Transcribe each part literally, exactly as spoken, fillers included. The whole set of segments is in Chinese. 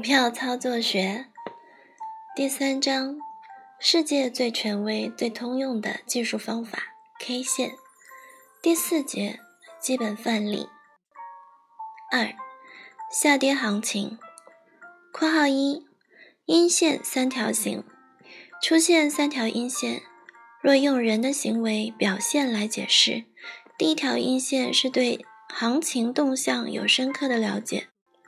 票操作学第三章，世界最权威、最通用的技术方法 K 线。第四节，基本范例。二、下跌行情。括号一，阴线三条形。出现三条阴线，若用人的行为表现来解释，第一条阴线是对行情动向有深刻的了解，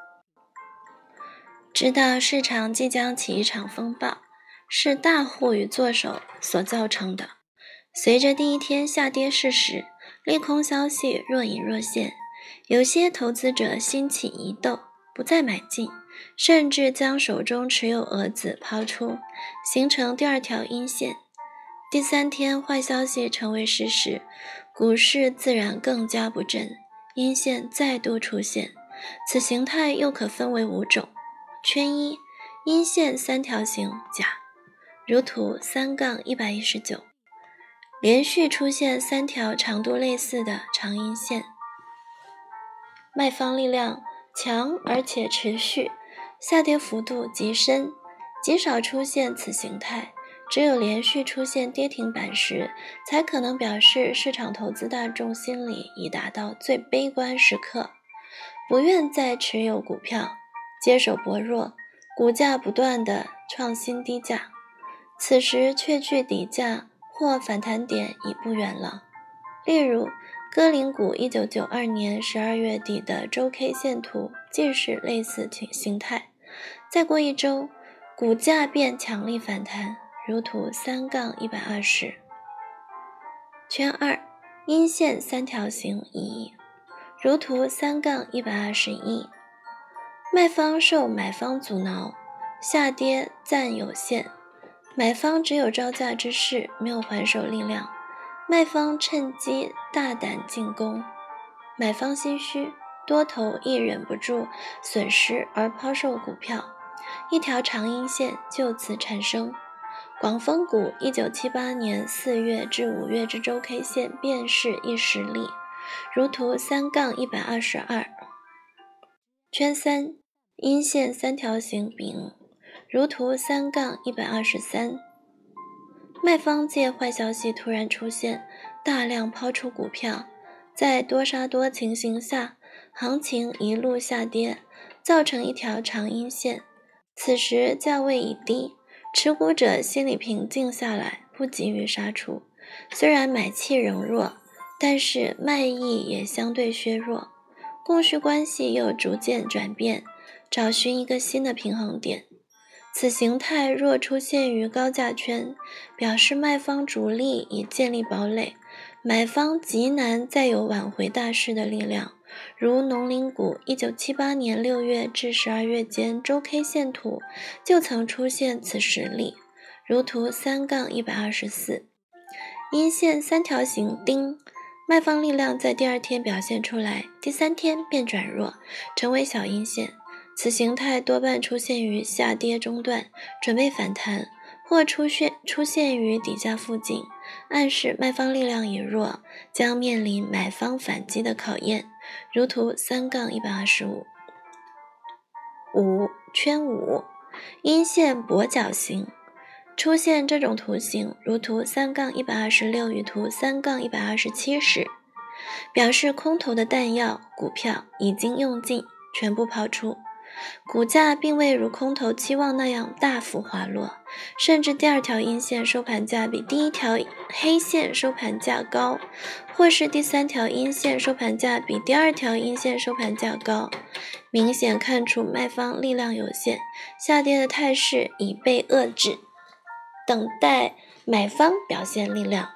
知道市场即将起一场风暴，是大户与作手所造成的。随着第一天下跌事实，利空消息若隐若现，有些投资者兴起疑窦，不再买进，甚至将手中持有额子抛出，形成第二条阴线。第三天坏消息成为事实，股市自然更加不振，阴线再度出现。此形态又可分为五种。圈一，阴线三条形甲，如图三杠一百一十九，连续出现三条长度类似的长阴线，卖方力量强而且持续，下跌幅度极深，极少出现此形态，只有连续出现跌停板时，才可能表示市场投资大众心理已达到最悲观时刻，不愿再持有股票，接手薄弱，股价不断的创新低价，此时却距底价或反弹点已不远了。例如歌林股一九九二年十二月底的周 K 线图即是类似形态，再过一周，股价便强力反弹，如图三杠一百二十。圈二，阴线三条形乙，如图三杠一百二十一。卖方受买方阻挠，下跌暂有限，买方只有招架之势，没有还手力量，卖方趁机大胆进攻，买方心虚，多头亦忍不住损失而抛售股票，一条长阴线就此产生。广丰股一九七八年四月至五月之周 K 线便是一实例，如图三杠一百二十二。圈三，阴线三条形丙，如图三杠一百二十三。卖方借坏消息突然出现，大量抛出股票，在多杀多情形下，行情一路下跌，造成一条长阴线。此时价位已低，持股者心理平静下来，不急于杀出，虽然买气仍弱，但是卖意也相对削弱，供需关系又逐渐转变，找寻一个新的平衡点。此形态若出现于高价圈，表示卖方主力已建立堡垒，买方极难再有挽回大势的力量，如农林股一九七八年六月至十二月间周 K 线图就曾出现此实例，如图三杠一百二十四。阴线三条形丁，卖方力量在第二天表现出来，第三天便转弱，成为小阴线。此形态多半出现于下跌中段，准备反弹，或出现出现于底价附近，暗示卖方力量已弱，将面临买方反击的考验，如图三杠一百二十五。五圈五，阴线跛脚形。出现这种图形，如图三杠一百二十六与图三杠一百二十七时，表示空头的弹药股票已经用尽，全部抛出。股价并未如空头期望那样大幅滑落，甚至第二条阴线收盘价比第一条黑线收盘价高，或是第三条阴线收盘价比第二条阴线收盘价高，明显看出卖方力量有限，下跌的态势已被遏制，等待买方表现力量。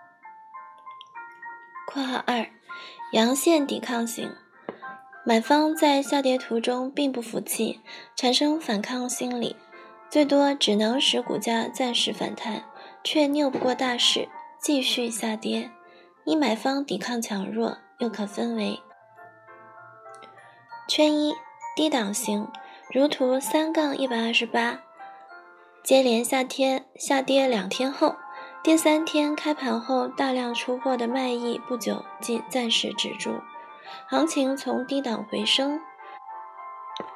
括号二，阳线抵抗型。买方在下跌途中并不服气，产生反抗心理，最多只能使股价暂时反弹，却拗不过大势，继续下跌。因买方抵抗强弱，又可分为圈一低档型，如图三杠一百二十八，接连下跌下跌两天后，第三天开盘后大量出货的卖意不久即暂时止住，行情从低档回升，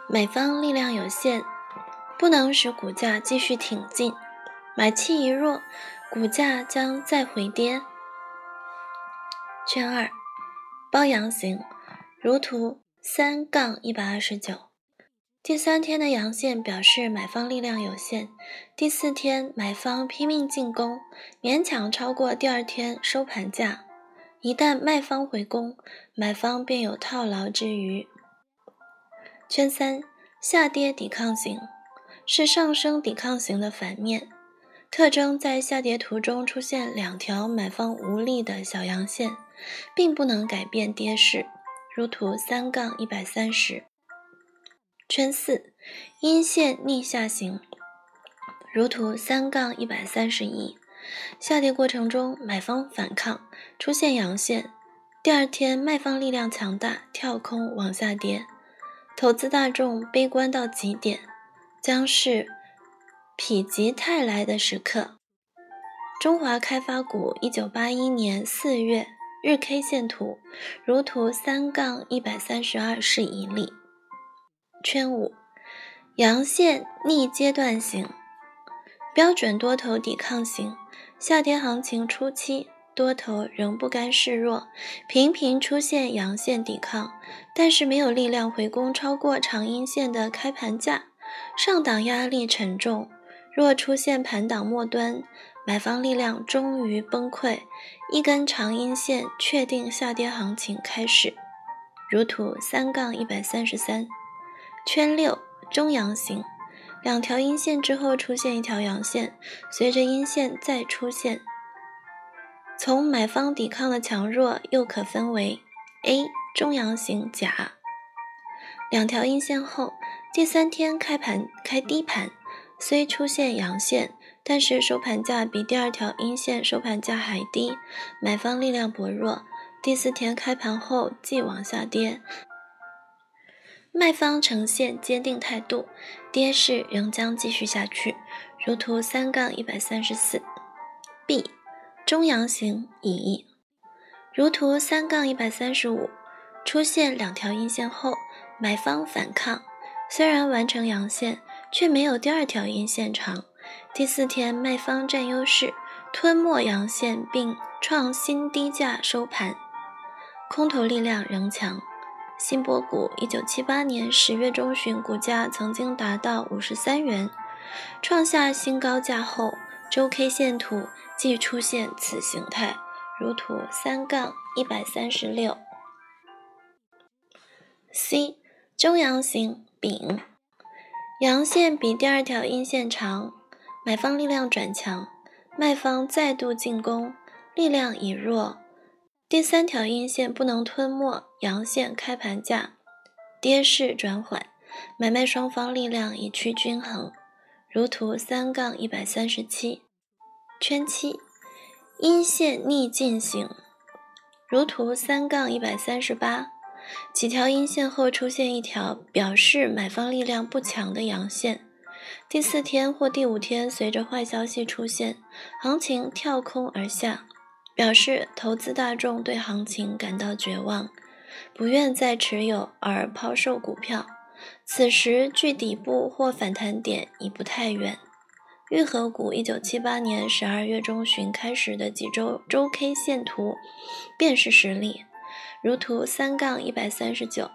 买方力量有限，不能使股价继续挺进，买气一弱，股价将再回跌。圈二，包阳型，如图三杠一百二十九。第三天的阳线表示买方力量有限，第四天买方拼命进攻，勉强超过第二天收盘价。一旦卖方回攻，买方便有套牢之余。圈三，下跌抵抗型，是上升抵抗型的反面，特征在下跌图中出现两条买方无力的小阳线，并不能改变跌势，如图三杠一百三十。圈四，阴线逆下行，如图三杠一百三十一。下跌过程中，买方反抗，出现阳线，第二天卖方力量强大，跳空往下跌，投资大众悲观到极点，将是否极泰来的时刻。中华开发股一九八一年四月日 K 线图，如图三杠一百三十二是一例。圈五，阳线逆阶段型，标准多头抵抗型。下跌行情初期，多头仍不甘示弱，频频出现阳线抵抗，但是没有力量回攻超过长阴线的开盘价，上档压力沉重。若出现盘档末端，买方力量终于崩溃，一根长阴线确定下跌行情开始，如图三杠一百三十三。圈六，中阳型，两条阴线之后出现一条阳线，随着阴线再出现。从买方抵抗的强弱又可分为 A 中阳型甲，两条阴线后，第三天开盘开低盘，虽出现阳线，但是收盘价比第二条阴线收盘价还低，买方力量薄弱，第四天开盘后继往下跌，卖方呈现坚定态度，跌势仍将继续下去，如图三杠一百三十四。B 中阳型乙，如图三杠一百三十五，出现两条阴线后，买方反抗，虽然完成阳线，却没有第二条阴线长。第四天卖方占优势，吞没阳线并创新低价收盘，空头力量仍强。新博股一九七八年十月中旬股价曾经达到五十三元，创下新高价后，周 K 线图即出现此形态，如图三杠一百三十六。C 中阳型丙，阳线比第二条阴线长，买方力量转强，卖方再度进攻，力量已弱，第三条阴线不能吞没阳线开盘价，跌势转缓，买卖双方力量已趋均衡，如图三杠一百三十七。圈七，阴线逆进型，如图三杠一百三十八。几条阴线后出现一条表示买方力量不强的阳线，第四天或第五天随着坏消息出现，行情跳空而下，表示投资大众对行情感到绝望，不愿再持有而抛售股票，此时距底部或反弹点已不太远。玉和股一九七八年十二月中旬开始的几周周 K 线图便是实例，如图三杠一百三十九。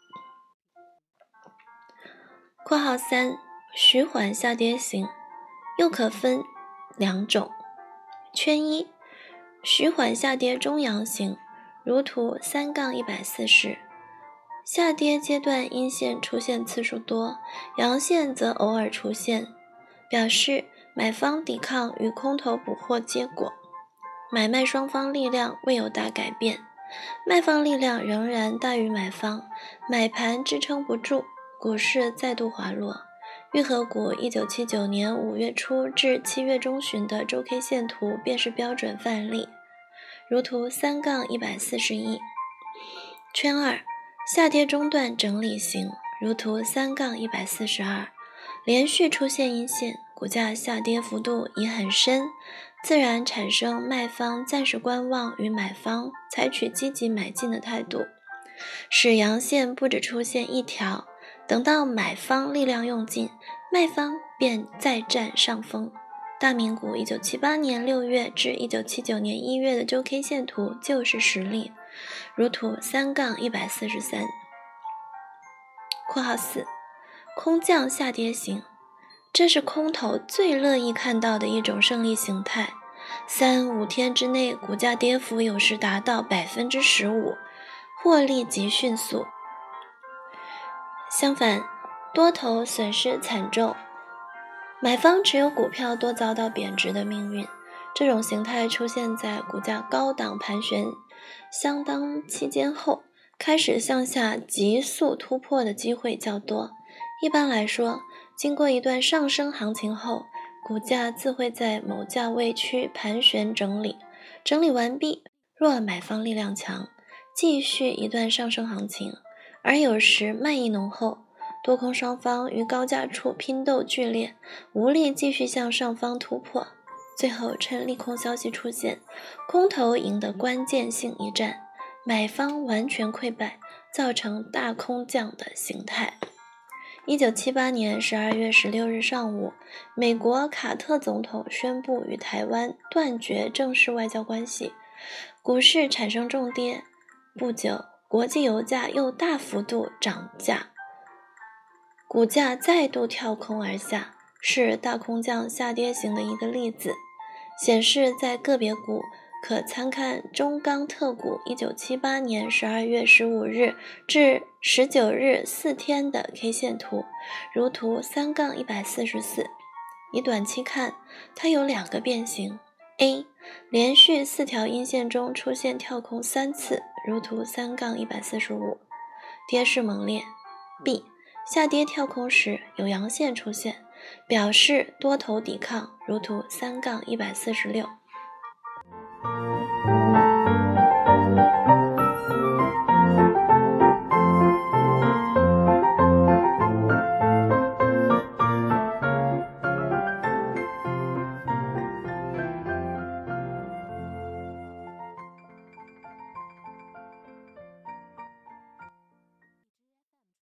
括号三，徐缓下跌型，又可分两种。圈一，徐缓下跌中阳型，如图三杠一百四十。下跌阶段阴线出现次数多，阳线则偶尔出现，表示买方抵抗与空头捕获结果，买卖双方力量未有大改变，卖方力量仍然大于买方，买盘支撑不住，股市再度滑落。玉和股一九七九年五月初至七月中旬的周 K 线图便是标准范例，如图三杠一百四十一。圈二，下跌中段整理型，如图三杠一百四十二。连续出现阴线，股价下跌幅度已很深，自然产生卖方暂时观望与买方采取积极买进的态度，使阳线不只出现一条， 等到买方力量用尽，卖方便再占上风。大明股一九七八年六月至一九七九年一月的周 K 线图就是实例，如图三杠一百四十三。括号四，空降下跌型，这是空头最乐意看到的一种胜利形态。三五天之内，股价跌幅有时达到百分之十五，获利极迅速。相反，多头损失惨重，买方持有股票多遭到贬值的命运。这种形态出现在股价高档盘旋相当期间后，开始向下急速突破的机会较多。一般来说，经过一段上升行情后，股价自会在某价位区盘旋整理，整理完毕，若买方力量强，继续一段上升行情，而有时卖意浓厚，多空双方于高价处拼斗剧烈，无力继续向上方突破，最后趁利空消息出现，空头赢得关键性一战，买方完全溃败，造成大空降的形态。一九七八年十二月十六日上午，美国卡特总统宣布与台湾断绝正式外交关系，股市产生重跌。不久，国际油价又大幅度涨价，股价再度跳空而下，是大空降下跌型的一个例子。显示在个别股可参看中钢特股一九七八年十二月十五日至十九日四天的 K 线图，如图三杠一百四十四。以短期看，它有两个变形。A. 连续四条阴线中出现跳空三次，如图三杠一百四十五，跌势猛烈。B. 下跌跳空时有阳线出现，表示多头抵抗，如图三杠一百四十六。